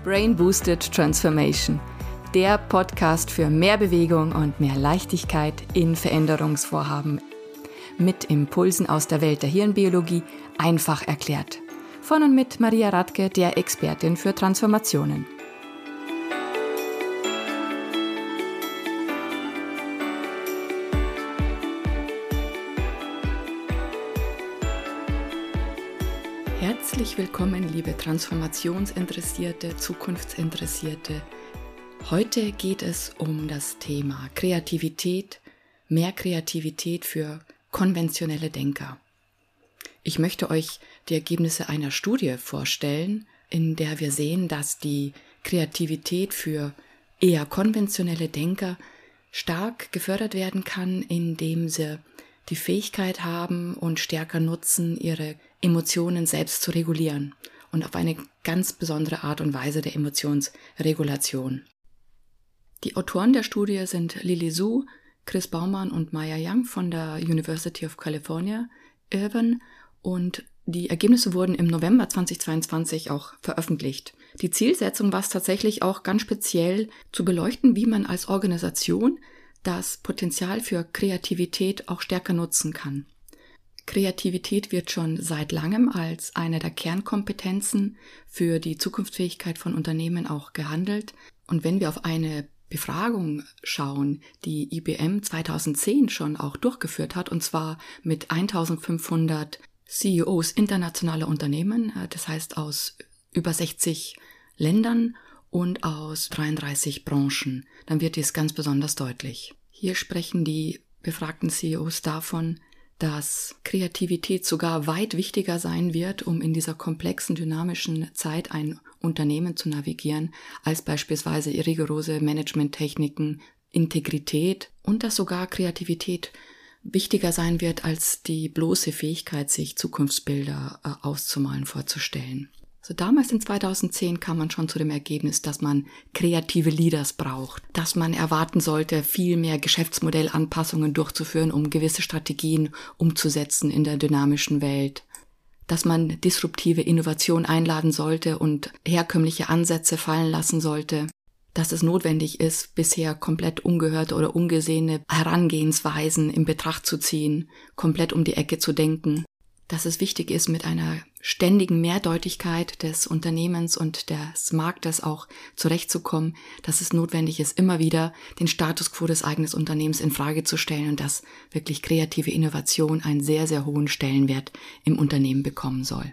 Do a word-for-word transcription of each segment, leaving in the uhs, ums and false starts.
Brain Boosted Transformation, der Podcast für mehr Bewegung und mehr Leichtigkeit in Veränderungsvorhaben. Mit Impulsen aus der Welt der Hirnbiologie, einfach erklärt. Von und mit Maria Radke, der Expertin für Transformationen. Herzlich willkommen, liebe Transformationsinteressierte, Zukunftsinteressierte. Heute geht es um das Thema Kreativität, mehr Kreativität für konventionelle Denker. Ich möchte euch die Ergebnisse einer Studie vorstellen, in der wir sehen, dass die Kreativität für eher konventionelle Denker stark gefördert werden kann, indem sie die Fähigkeit haben und stärker nutzen, ihre Emotionen selbst zu regulieren und auf eine ganz besondere Art und Weise der Emotionsregulation. Die Autoren der Studie sind Lili Su, Chris Baumann und Maya Young von der University of California, Irvine, und die Ergebnisse wurden im November zweitausendzweiundzwanzig auch veröffentlicht. Die Zielsetzung war es tatsächlich auch ganz speziell zu beleuchten, wie man als Organisation das Potenzial für Kreativität auch stärker nutzen kann. Kreativität wird schon seit langem als eine der Kernkompetenzen für die Zukunftsfähigkeit von Unternehmen auch gehandelt. Und wenn wir auf eine Befragung schauen, die I B M zweitausendzehn schon auch durchgeführt hat, und zwar mit eintausendfünfhundert C E Os internationaler Unternehmen, das heißt aus über sechzig Ländern und aus dreiunddreißig Branchen, dann wird dies ganz besonders deutlich. Hier sprechen die befragten C E Os davon, dass Kreativität sogar weit wichtiger sein wird, um in dieser komplexen, dynamischen Zeit ein Unternehmen zu navigieren, als beispielsweise rigorose Managementtechniken, Integrität, und dass sogar Kreativität wichtiger sein wird als die bloße Fähigkeit, sich Zukunftsbilder äh, auszumalen, vorzustellen. So damals in zweitausendzehn kam man schon zu dem Ergebnis, dass man kreative Leaders braucht, dass man erwarten sollte, viel mehr Geschäftsmodellanpassungen durchzuführen, um gewisse Strategien umzusetzen in der dynamischen Welt, dass man disruptive Innovation einladen sollte und herkömmliche Ansätze fallen lassen sollte, dass es notwendig ist, bisher komplett ungehörte oder ungesehene Herangehensweisen in Betracht zu ziehen, komplett um die Ecke zu denken, dass es wichtig ist, mit einer ständigen Mehrdeutigkeit des Unternehmens und des Marktes auch zurechtzukommen, dass es notwendig ist, immer wieder den Status quo des eigenen Unternehmens in Frage zu stellen und dass wirklich kreative Innovation einen sehr, sehr hohen Stellenwert im Unternehmen bekommen soll.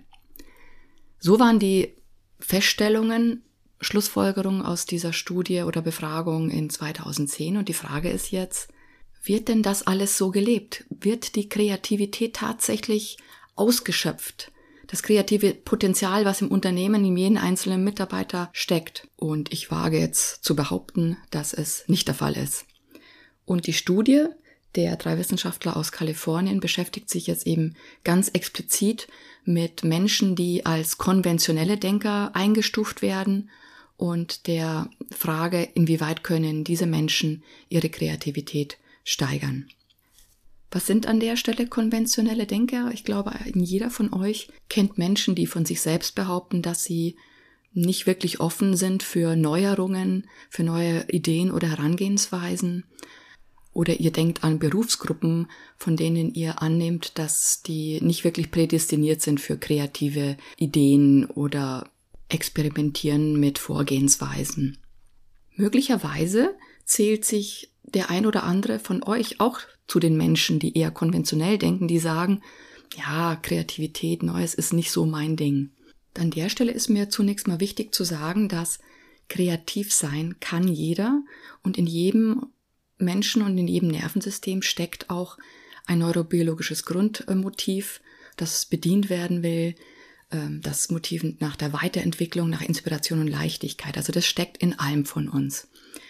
So waren die Feststellungen, Schlussfolgerungen aus dieser Studie oder Befragung in zweitausendzehn, und die Frage ist jetzt, wird denn das alles so gelebt? Wird die Kreativität tatsächlich ausgeschöpft? Das kreative Potenzial, was im Unternehmen in jedem einzelnen Mitarbeiter steckt. Und ich wage jetzt zu behaupten, dass es nicht der Fall ist. Und die Studie der drei Wissenschaftler aus Kalifornien beschäftigt sich jetzt eben ganz explizit mit Menschen, die als konventionelle Denker eingestuft werden, und der Frage, inwieweit können diese Menschen ihre Kreativität steigern. Was sind an der Stelle konventionelle Denker? Ich glaube, jeder von euch kennt Menschen, die von sich selbst behaupten, dass sie nicht wirklich offen sind für Neuerungen, für neue Ideen oder Herangehensweisen. Oder ihr denkt an Berufsgruppen, von denen ihr annehmt, dass die nicht wirklich prädestiniert sind für kreative Ideen oder Experimentieren mit Vorgehensweisen. Möglicherweise zählt sich der ein oder andere von euch auch zu den Menschen, die eher konventionell denken, die sagen, ja, Kreativität, Neues ist nicht so mein Ding. An der Stelle ist mir zunächst mal wichtig zu sagen, dass kreativ sein kann jeder, und in jedem Menschen und in jedem Nervensystem steckt auch ein neurobiologisches Grundmotiv, das bedient werden will, das Motiv nach der Weiterentwicklung, nach Inspiration und Leichtigkeit. Also das steckt in allem von uns.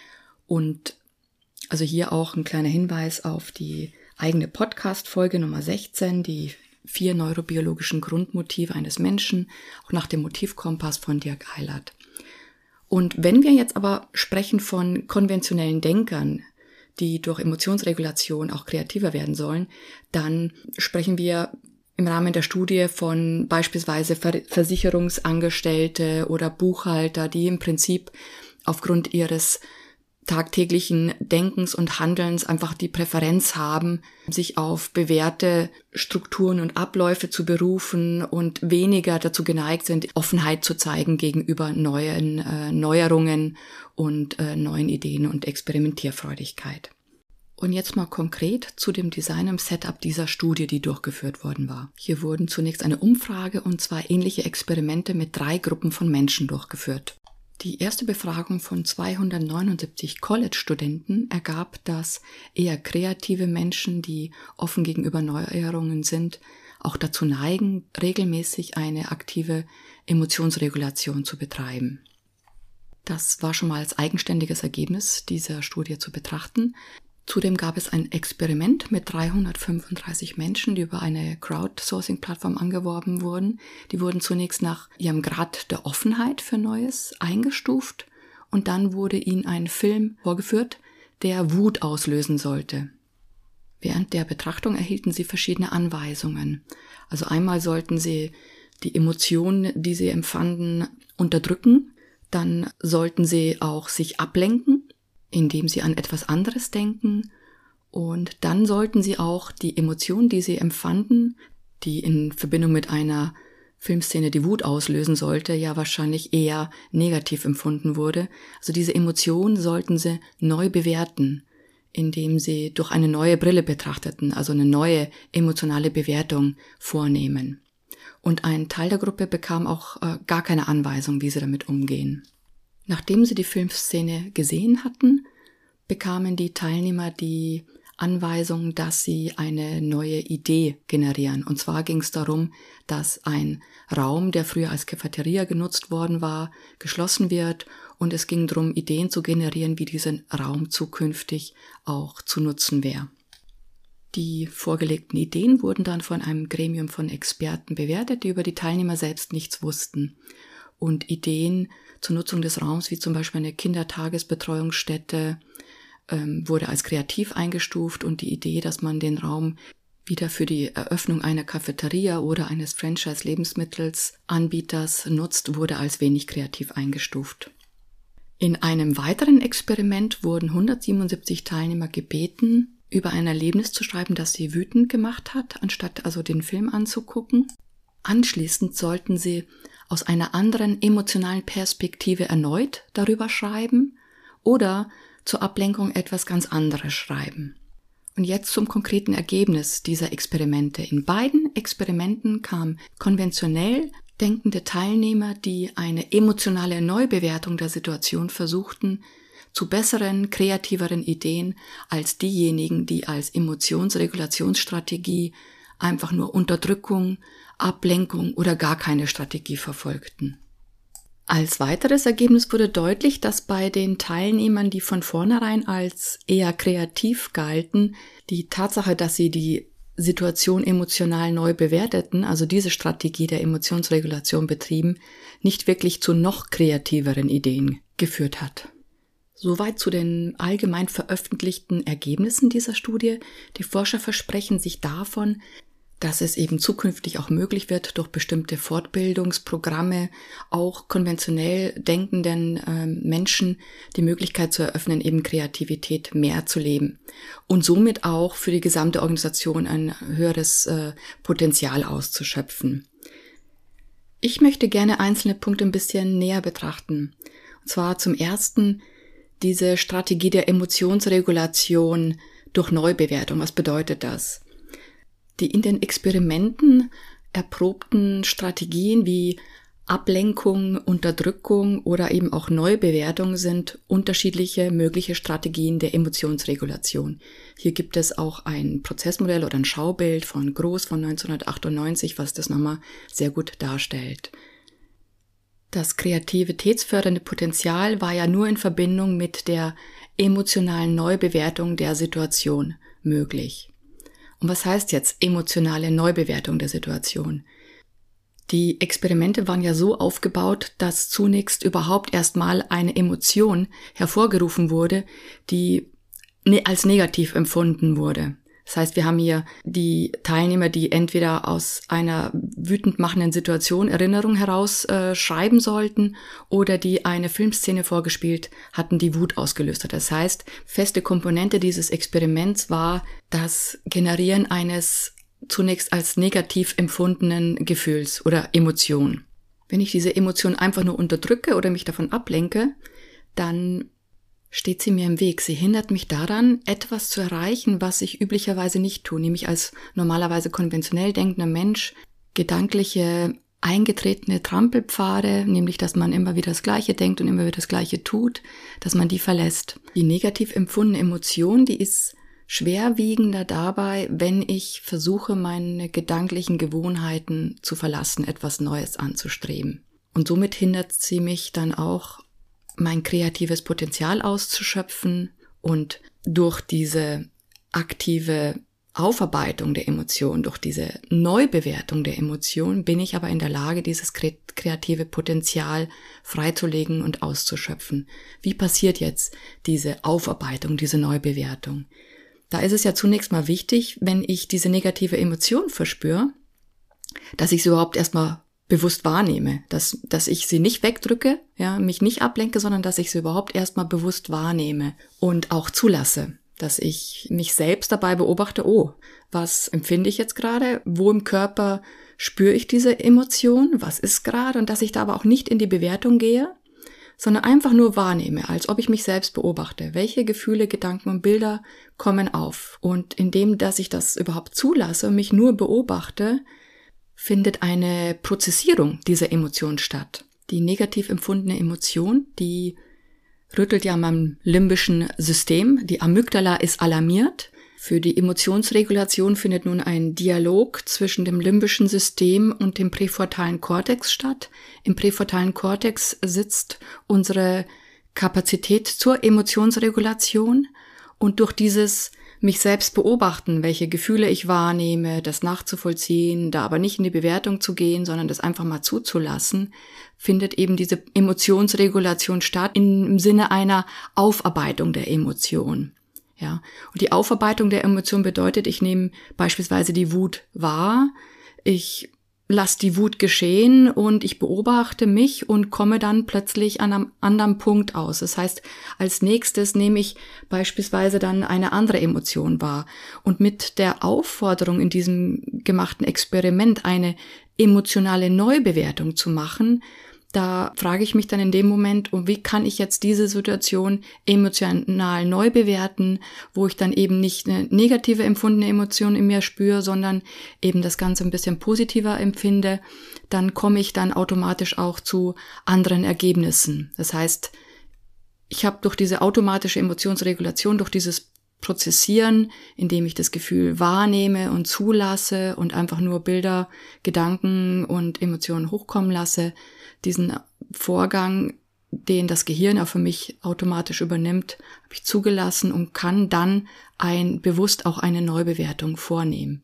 Und also hier auch ein kleiner Hinweis auf die eigene Podcast-Folge Nummer sechzehn, die vier neurobiologischen Grundmotive eines Menschen, auch nach dem Motivkompass von Dirk Eilert. Und wenn wir jetzt aber sprechen von konventionellen Denkern, die durch Emotionsregulation auch kreativer werden sollen, dann sprechen wir im Rahmen der Studie von beispielsweise Versicherungsangestellte oder Buchhalter, die im Prinzip aufgrund ihres tagtäglichen Denkens und Handelns einfach die Präferenz haben, sich auf bewährte Strukturen und Abläufe zu berufen und weniger dazu geneigt sind, Offenheit zu zeigen gegenüber neuen äh, Neuerungen und äh, neuen Ideen und Experimentierfreudigkeit. Und jetzt mal konkret zu dem Design im Setup dieser Studie, die durchgeführt worden war. Hier wurden zunächst eine Umfrage und zwei ähnliche Experimente mit drei Gruppen von Menschen durchgeführt. Die erste Befragung von zweihundertneunundsiebzig College-Studenten ergab, dass eher kreative Menschen, die offen gegenüber Neuerungen sind, auch dazu neigen, regelmäßig eine aktive Emotionsregulation zu betreiben. Das war schon mal als eigenständiges Ergebnis dieser Studie zu betrachten. Zudem gab es ein Experiment mit dreihundertfünfunddreißig Menschen, die über eine Crowdsourcing-Plattform angeworben wurden. Die wurden zunächst nach ihrem Grad der Offenheit für Neues eingestuft und dann wurde ihnen ein Film vorgeführt, der Wut auslösen sollte. Während der Betrachtung erhielten sie verschiedene Anweisungen. Also einmal sollten sie die Emotionen, die sie empfanden, unterdrücken. Dann sollten sie auch sich ablenken, indem sie an etwas anderes denken, und dann sollten sie auch die Emotionen, die sie empfanden, die in Verbindung mit einer Filmszene die Wut auslösen sollte, ja wahrscheinlich eher negativ empfunden wurde. Also diese Emotionen sollten sie neu bewerten, indem sie durch eine neue Brille betrachteten, also eine neue emotionale Bewertung vornehmen. Und ein Teil der Gruppe bekam auch äh, gar keine Anweisung, wie sie damit umgehen. Nachdem sie die Filmszene gesehen hatten, bekamen die Teilnehmer die Anweisung, dass sie eine neue Idee generieren. Und zwar ging es darum, dass ein Raum, der früher als Cafeteria genutzt worden war, geschlossen wird. Und es ging darum, Ideen zu generieren, wie dieser Raum zukünftig auch zu nutzen wäre. Die vorgelegten Ideen wurden dann von einem Gremium von Experten bewertet, die über die Teilnehmer selbst nichts wussten. Und Ideen zur Nutzung des Raums, wie zum Beispiel eine Kindertagesbetreuungsstätte, ähm, wurde als kreativ eingestuft, und die Idee, dass man den Raum wieder für die Eröffnung einer Cafeteria oder eines Franchise-Lebensmittelsanbieters nutzt, wurde als wenig kreativ eingestuft. In einem weiteren Experiment wurden hundertsiebenundsiebzig Teilnehmer gebeten, über ein Erlebnis zu schreiben, das sie wütend gemacht hat, anstatt also den Film anzugucken. Anschließend sollten sie aus einer anderen emotionalen Perspektive erneut darüber schreiben oder zur Ablenkung etwas ganz anderes schreiben. Und jetzt zum konkreten Ergebnis dieser Experimente. In beiden Experimenten kamen konventionell denkende Teilnehmer, die eine emotionale Neubewertung der Situation versuchten, zu besseren, kreativeren Ideen als diejenigen, die als Emotionsregulationsstrategie einfach nur Unterdrückung, Ablenkung oder gar keine Strategie verfolgten. Als weiteres Ergebnis wurde deutlich, dass bei den Teilnehmern, die von vornherein als eher kreativ galten, die Tatsache, dass sie die Situation emotional neu bewerteten, also diese Strategie der Emotionsregulation betrieben, nicht wirklich zu noch kreativeren Ideen geführt hat. Soweit zu den allgemein veröffentlichten Ergebnissen dieser Studie. Die Forscher versprechen sich davon, dass es eben zukünftig auch möglich wird, durch bestimmte Fortbildungsprogramme auch konventionell denkenden äh, Menschen die Möglichkeit zu eröffnen, eben Kreativität mehr zu leben und somit auch für die gesamte Organisation ein höheres äh, Potenzial auszuschöpfen. Ich möchte gerne einzelne Punkte ein bisschen näher betrachten. Und zwar zum ersten diese Strategie der Emotionsregulation durch Neubewertung. Was bedeutet das? Die in den Experimenten erprobten Strategien wie Ablenkung, Unterdrückung oder eben auch Neubewertung sind unterschiedliche mögliche Strategien der Emotionsregulation. Hier gibt es auch ein Prozessmodell oder ein Schaubild von Groß von neunzehnhundertachtundneunzig, was das nochmal sehr gut darstellt. Das kreativitätsfördernde Potenzial war ja nur in Verbindung mit der emotionalen Neubewertung der Situation möglich. Und was heißt jetzt emotionale Neubewertung der Situation? Die Experimente waren ja so aufgebaut, dass zunächst überhaupt erstmal eine Emotion hervorgerufen wurde, die als negativ empfunden wurde. Das heißt, wir haben hier die Teilnehmer, die entweder aus einer wütend machenden Situation Erinnerung heraus äh, schreiben sollten oder die eine Filmszene vorgespielt hatten, die Wut ausgelöst hat. Das heißt, feste Komponente dieses Experiments war das Generieren eines zunächst als negativ empfundenen Gefühls oder Emotion. Wenn ich diese Emotion einfach nur unterdrücke oder mich davon ablenke, dann steht sie mir im Weg. Sie hindert mich daran, etwas zu erreichen, was ich üblicherweise nicht tue, nämlich als normalerweise konventionell denkender Mensch gedankliche eingetretene Trampelpfade, nämlich dass man immer wieder das Gleiche denkt und immer wieder das Gleiche tut, dass man die verlässt. Die negativ empfundene Emotion, die ist schwerwiegender dabei, wenn ich versuche, meine gedanklichen Gewohnheiten zu verlassen, etwas Neues anzustreben. Und somit hindert sie mich dann auch, mein kreatives Potenzial auszuschöpfen, und durch diese aktive Aufarbeitung der Emotion, durch diese Neubewertung der Emotion bin ich aber in der Lage, dieses kreative Potenzial freizulegen und auszuschöpfen. Wie passiert jetzt diese Aufarbeitung, diese Neubewertung? Da ist es ja zunächst mal wichtig, wenn ich diese negative Emotion verspüre, dass ich sie überhaupt erstmal bewusst wahrnehme, dass dass ich sie nicht wegdrücke, ja, mich nicht ablenke, sondern dass ich sie überhaupt erstmal bewusst wahrnehme und auch zulasse, dass ich mich selbst dabei beobachte, oh, was empfinde ich jetzt gerade, wo im Körper spüre ich diese Emotion, was ist gerade, und dass ich da aber auch nicht in die Bewertung gehe, sondern einfach nur wahrnehme, als ob ich mich selbst beobachte, welche Gefühle, Gedanken und Bilder kommen auf. Und indem, dass ich das überhaupt zulasse und mich nur beobachte, findet eine Prozessierung dieser Emotion statt. Die negativ empfundene Emotion, die rüttelt ja an meinem limbischen System. Die Amygdala ist alarmiert. Für die Emotionsregulation findet nun ein Dialog zwischen dem limbischen System und dem präfrontalen Kortex statt. Im präfrontalen Kortex sitzt unsere Kapazität zur Emotionsregulation, und durch dieses mich selbst beobachten, welche Gefühle ich wahrnehme, das nachzuvollziehen, da aber nicht in die Bewertung zu gehen, sondern das einfach mal zuzulassen, findet eben diese Emotionsregulation statt im Sinne einer Aufarbeitung der Emotion. Ja, und die Aufarbeitung der Emotion bedeutet, ich nehme beispielsweise die Wut wahr, ich lasse die Wut geschehen und ich beobachte mich und komme dann plötzlich an einem anderen Punkt aus. Das heißt, als nächstes nehme ich beispielsweise dann eine andere Emotion wahr. Und mit der Aufforderung in diesem gemachten Experiment eine emotionale Neubewertung zu machen, da frage ich mich dann in dem Moment, und wie kann ich jetzt diese Situation emotional neu bewerten, wo ich dann eben nicht eine negative empfundene Emotion in mir spüre, sondern eben das Ganze ein bisschen positiver empfinde, dann komme ich dann automatisch auch zu anderen Ergebnissen. Das heißt, ich habe durch diese automatische Emotionsregulation, durch dieses Prozessieren, indem ich das Gefühl wahrnehme und zulasse und einfach nur Bilder, Gedanken und Emotionen hochkommen lasse, diesen Vorgang, den das Gehirn auch für mich automatisch übernimmt, habe ich zugelassen und kann dann ein bewusst auch eine Neubewertung vornehmen.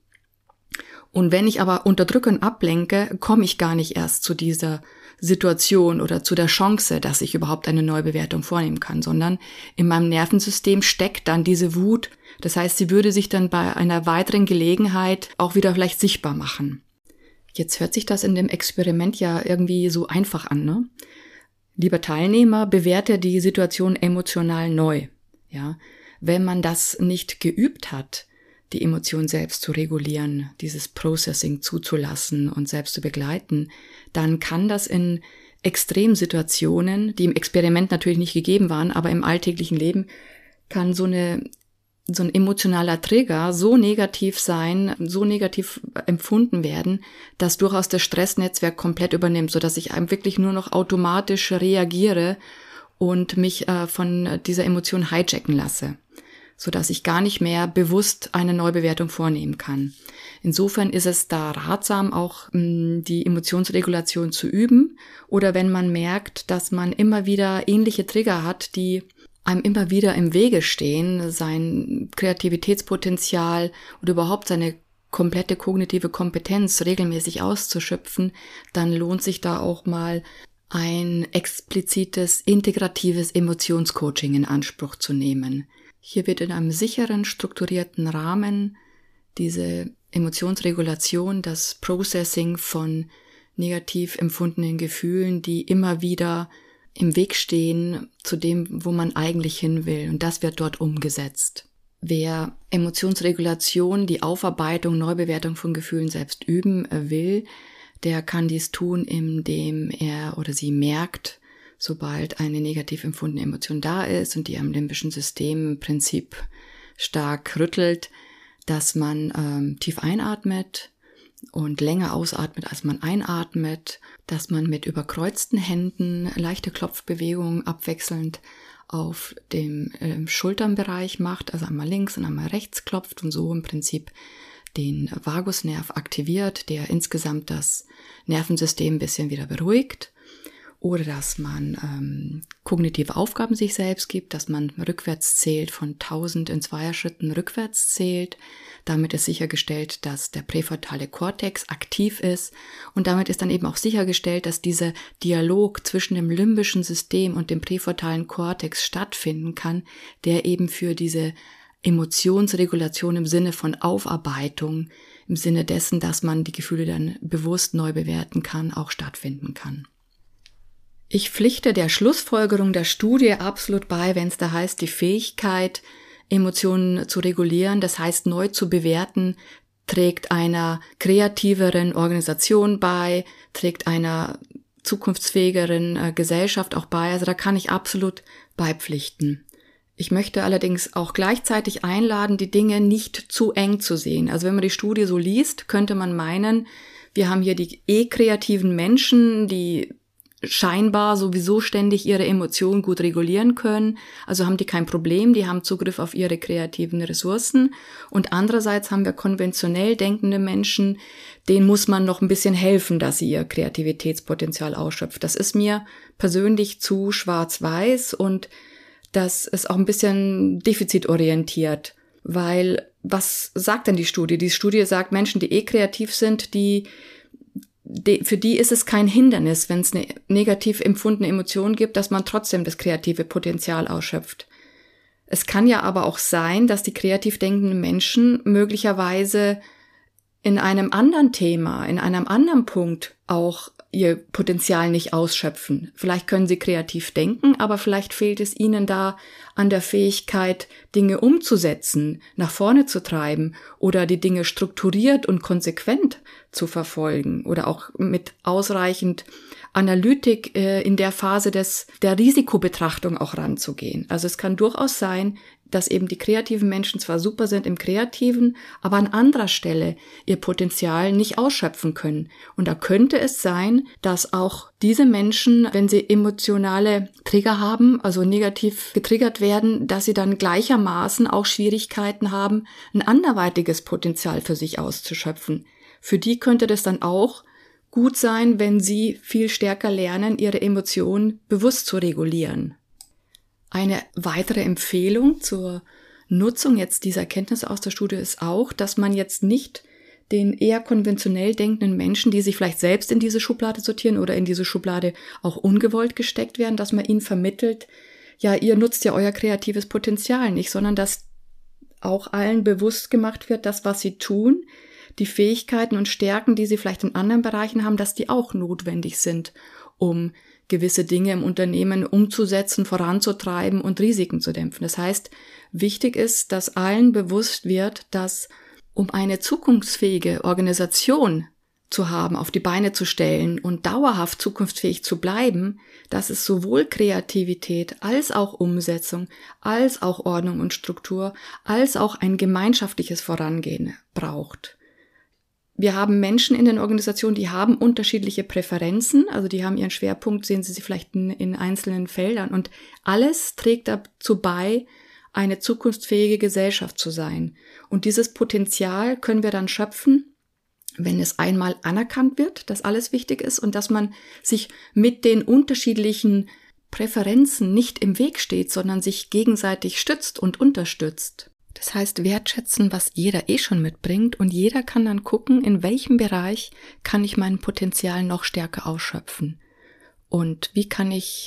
Und wenn ich aber unterdrücke und ablenke, komme ich gar nicht erst zu dieser Situation oder zu der Chance, dass ich überhaupt eine Neubewertung vornehmen kann, sondern in meinem Nervensystem steckt dann diese Wut. Das heißt, sie würde sich dann bei einer weiteren Gelegenheit auch wieder vielleicht sichtbar machen. Jetzt hört sich das in dem Experiment ja irgendwie so einfach an, ne? Lieber Teilnehmer, bewerte die Situation emotional neu. Ja, wenn man das nicht geübt hat, die Emotion selbst zu regulieren, dieses Processing zuzulassen und selbst zu begleiten, dann kann das in Extremsituationen, die im Experiment natürlich nicht gegeben waren, aber im alltäglichen Leben, kann so eine so ein emotionaler Trigger so negativ sein, so negativ empfunden werden, dass durchaus das Stressnetzwerk komplett übernimmt, sodass ich wirklich nur noch automatisch reagiere und mich äh, von dieser Emotion hijacken lasse, sodass ich gar nicht mehr bewusst eine Neubewertung vornehmen kann. Insofern ist es da ratsam, auch mh, die Emotionsregulation zu üben, oder wenn man merkt, dass man immer wieder ähnliche Trigger hat, die einem immer wieder im Wege stehen, sein Kreativitätspotenzial oder überhaupt seine komplette kognitive Kompetenz regelmäßig auszuschöpfen, dann lohnt sich da auch mal ein explizites, integratives Emotionscoaching in Anspruch zu nehmen. Hier wird in einem sicheren, strukturierten Rahmen diese Emotionsregulation, das Processing von negativ empfundenen Gefühlen, die immer wieder im Weg stehen zu dem, wo man eigentlich hin will. Und das wird dort umgesetzt. Wer Emotionsregulation, die Aufarbeitung, Neubewertung von Gefühlen selbst üben will, der kann dies tun, indem er oder sie merkt, sobald eine negativ empfundene Emotion da ist und die am limbischen System im Prinzip stark rüttelt, dass man ähm, tief einatmet und länger ausatmet, als man einatmet, dass man mit überkreuzten Händen leichte Klopfbewegungen abwechselnd auf dem äh, Schulternbereich macht, also einmal links und einmal rechts klopft und so im Prinzip den Vagusnerv aktiviert, der insgesamt das Nervensystem ein bisschen wieder beruhigt. Oder dass man ähm, kognitive Aufgaben sich selbst gibt, dass man rückwärts zählt, von tausend in Zweierschritten rückwärts zählt. Damit ist sichergestellt, dass der präfrontale Kortex aktiv ist. Und damit ist dann eben auch sichergestellt, dass dieser Dialog zwischen dem limbischen System und dem präfrontalen Kortex stattfinden kann, der eben für diese Emotionsregulation im Sinne von Aufarbeitung, im Sinne dessen, dass man die Gefühle dann bewusst neu bewerten kann, auch stattfinden kann. Ich pflichte der Schlussfolgerung der Studie absolut bei, wenn es da heißt, die Fähigkeit, Emotionen zu regulieren, das heißt neu zu bewerten, trägt einer kreativeren Organisation bei, trägt einer zukunftsfähigeren äh, Gesellschaft auch bei. Also da kann ich absolut beipflichten. Ich möchte allerdings auch gleichzeitig einladen, die Dinge nicht zu eng zu sehen. Also wenn man die Studie so liest, könnte man meinen, wir haben hier die eh kreativen Menschen, die scheinbar sowieso ständig ihre Emotionen gut regulieren können, also haben die kein Problem, die haben Zugriff auf ihre kreativen Ressourcen. Und andererseits haben wir konventionell denkende Menschen, denen muss man noch ein bisschen helfen, dass sie ihr Kreativitätspotenzial ausschöpft. Das ist mir persönlich zu schwarz-weiß und das ist auch ein bisschen defizitorientiert, weil was sagt denn die Studie? Die Studie sagt, Menschen, die eh kreativ sind, die für die ist es kein Hindernis, wenn es eine negativ empfundene Emotion gibt, dass man trotzdem das kreative Potenzial ausschöpft. Es kann ja aber auch sein, dass die kreativ denkenden Menschen möglicherweise in einem anderen Thema, in einem anderen Punkt auch ihr Potenzial nicht ausschöpfen. Vielleicht können sie kreativ denken, aber vielleicht fehlt es ihnen da an der Fähigkeit, Dinge umzusetzen, nach vorne zu treiben oder die Dinge strukturiert und konsequent zu verfolgen oder auch mit ausreichend Analytik äh, in der Phase des der Risikobetrachtung auch ranzugehen. Also es kann durchaus sein, dass eben die kreativen Menschen zwar super sind im Kreativen, aber an anderer Stelle ihr Potenzial nicht ausschöpfen können. Und da könnte es sein, dass auch diese Menschen, wenn sie emotionale Trigger haben, also negativ getriggert werden, dass sie dann gleichermaßen auch Schwierigkeiten haben, ein anderweitiges Potenzial für sich auszuschöpfen. Für die könnte das dann auch gut sein, wenn sie viel stärker lernen, ihre Emotionen bewusst zu regulieren. Eine weitere Empfehlung zur Nutzung jetzt dieser Erkenntnisse aus der Studie ist auch, dass man jetzt nicht den eher konventionell denkenden Menschen, die sich vielleicht selbst in diese Schublade sortieren oder in diese Schublade auch ungewollt gesteckt werden, dass man ihnen vermittelt, ja, ihr nutzt ja euer kreatives Potenzial nicht, sondern dass auch allen bewusst gemacht wird, dass was sie tun, die Fähigkeiten und Stärken, die sie vielleicht in anderen Bereichen haben, dass die auch notwendig sind, um gewisse Dinge im Unternehmen umzusetzen, voranzutreiben und Risiken zu dämpfen. Das heißt, wichtig ist, dass allen bewusst wird, dass um eine zukunftsfähige Organisation zu haben, auf die Beine zu stellen und dauerhaft zukunftsfähig zu bleiben, dass es sowohl Kreativität als auch Umsetzung, als auch Ordnung und Struktur, als auch ein gemeinschaftliches Vorangehen braucht. Wir haben Menschen in den Organisationen, die haben unterschiedliche Präferenzen, also die haben ihren Schwerpunkt, sehen Sie sie vielleicht in, in einzelnen Feldern und alles trägt dazu bei, eine zukunftsfähige Gesellschaft zu sein. Und dieses Potenzial können wir dann schöpfen, wenn es einmal anerkannt wird, dass alles wichtig ist und dass man sich mit den unterschiedlichen Präferenzen nicht im Weg steht, sondern sich gegenseitig stützt und unterstützt. Das heißt, wertschätzen, was jeder eh schon mitbringt und jeder kann dann gucken, in welchem Bereich kann ich mein Potenzial noch stärker ausschöpfen und wie kann ich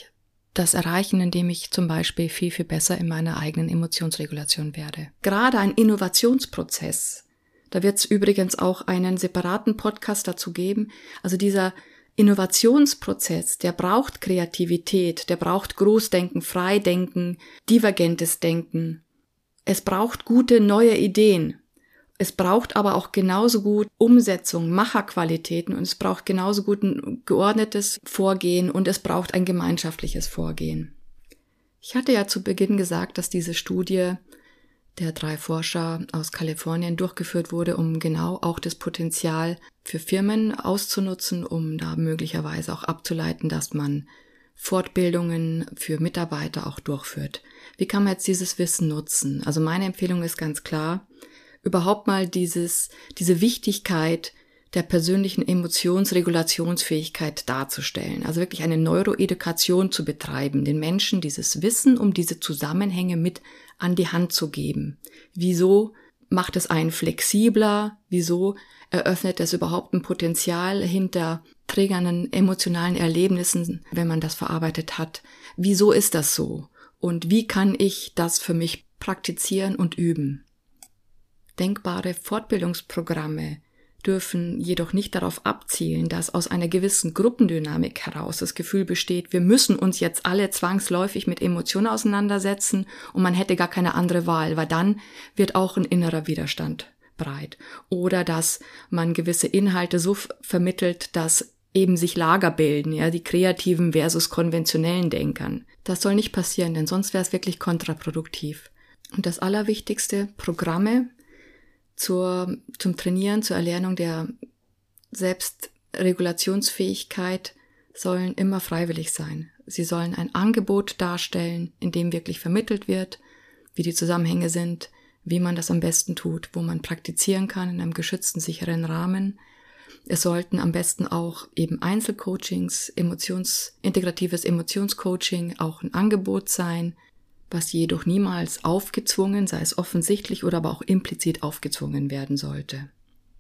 das erreichen, indem ich zum Beispiel viel, viel besser in meiner eigenen Emotionsregulation werde. Gerade ein Innovationsprozess, da wird es übrigens auch einen separaten Podcast dazu geben, also dieser Innovationsprozess, der braucht Kreativität, der braucht Großdenken, Freidenken, divergentes Denken. Es braucht gute neue Ideen. Es braucht aber auch genauso gut Umsetzung, Macherqualitäten und es braucht genauso gut ein geordnetes Vorgehen und es braucht ein gemeinschaftliches Vorgehen. Ich hatte ja zu Beginn gesagt, dass diese Studie der drei Forscher aus Kalifornien durchgeführt wurde, um genau auch das Potenzial für Firmen auszunutzen, um da möglicherweise auch abzuleiten, dass man Fortbildungen für Mitarbeiter auch durchführt. Wie kann man jetzt dieses Wissen nutzen? Also meine Empfehlung ist ganz klar, überhaupt mal dieses, diese Wichtigkeit der persönlichen Emotionsregulationsfähigkeit darzustellen. Also wirklich eine Neuroedukation zu betreiben, den Menschen dieses Wissen um diese Zusammenhänge mit an die Hand zu geben. Wieso macht es einen flexibler? Wieso eröffnet es überhaupt ein Potenzial hinter triggernden emotionalen Erlebnissen, wenn man das verarbeitet hat? Wieso ist das so? Und wie kann ich das für mich praktizieren und üben? Denkbare Fortbildungsprogramme dürfen jedoch nicht darauf abzielen, dass aus einer gewissen Gruppendynamik heraus das Gefühl besteht, wir müssen uns jetzt alle zwangsläufig mit Emotionen auseinandersetzen und man hätte gar keine andere Wahl, weil dann wird auch ein innerer Widerstand breit. Oder dass man gewisse Inhalte so f- vermittelt, dass eben sich Lager bilden, ja, die kreativen versus konventionellen Denkern. Das soll nicht passieren, denn sonst wäre es wirklich kontraproduktiv. Und das Allerwichtigste, Programme zur, zum Trainieren, zur Erlernung der Selbstregulationsfähigkeit sollen immer freiwillig sein. Sie sollen ein Angebot darstellen, in dem wirklich vermittelt wird, wie die Zusammenhänge sind, wie man das am besten tut, wo man praktizieren kann in einem geschützten, sicheren Rahmen. Es sollten am besten auch eben Einzelcoachings, Emotions, integratives Emotionscoaching auch ein Angebot sein, was jedoch niemals aufgezwungen, sei es offensichtlich oder aber auch implizit aufgezwungen werden sollte.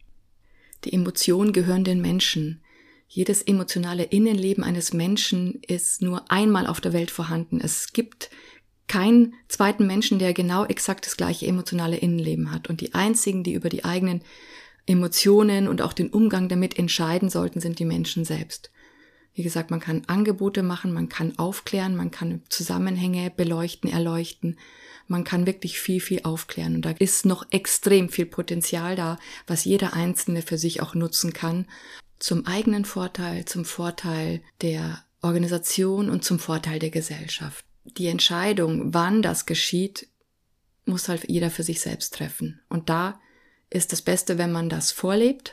Die Emotionen gehören den Menschen. Jedes emotionale Innenleben eines Menschen ist nur einmal auf der Welt vorhanden. Es gibt keinen zweiten Menschen, der genau exakt das gleiche emotionale Innenleben hat. Und die einzigen, die über die eigenen Emotionen und auch den Umgang damit entscheiden sollten, sind die Menschen selbst. Wie gesagt, man kann Angebote machen, man kann aufklären, man kann Zusammenhänge beleuchten, erleuchten. Man kann wirklich viel, viel aufklären. Und da ist noch extrem viel Potenzial da, was jeder Einzelne für sich auch nutzen kann. Zum eigenen Vorteil, zum Vorteil der Organisation und zum Vorteil der Gesellschaft. Die Entscheidung, wann das geschieht, muss halt jeder für sich selbst treffen. Und da ist das Beste, wenn man das vorlebt.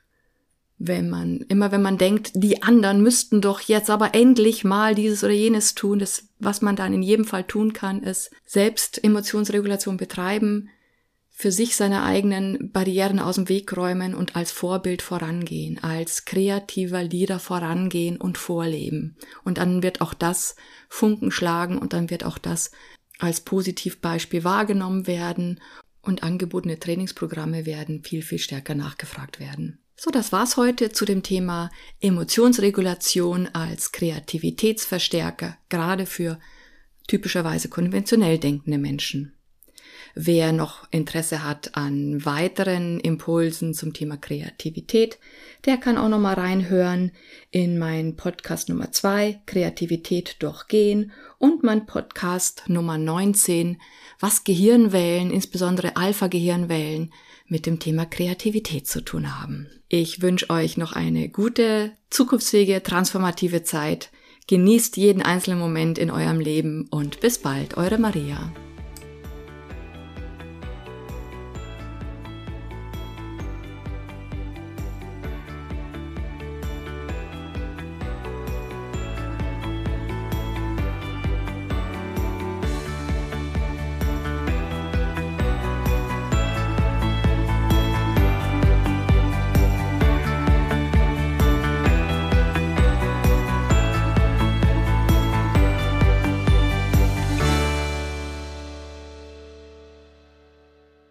Wenn man, immer wenn man denkt, die anderen müssten doch jetzt aber endlich mal dieses oder jenes tun, das, was man dann in jedem Fall tun kann, ist selbst Emotionsregulation betreiben, für sich seine eigenen Barrieren aus dem Weg räumen und als Vorbild vorangehen, als kreativer Leader vorangehen und vorleben. Und dann wird auch das Funken schlagen und dann wird auch das als Positivbeispiel wahrgenommen werden und angebotene Trainingsprogramme werden viel, viel stärker nachgefragt werden. So, das war's heute zu dem Thema Emotionsregulation als Kreativitätsverstärker, gerade für typischerweise konventionell denkende Menschen. Wer noch Interesse hat an weiteren Impulsen zum Thema Kreativität, der kann auch noch mal reinhören in meinen Podcast Nummer zwei, Kreativität durchgehen, und mein Podcast Nummer neunzehn, was Gehirnwellen, insbesondere Alpha-Gehirnwellen, mit dem Thema Kreativität zu tun haben. Ich wünsche euch noch eine gute, zukunftsfähige, transformative Zeit. Genießt jeden einzelnen Moment in eurem Leben und bis bald, eure Maria.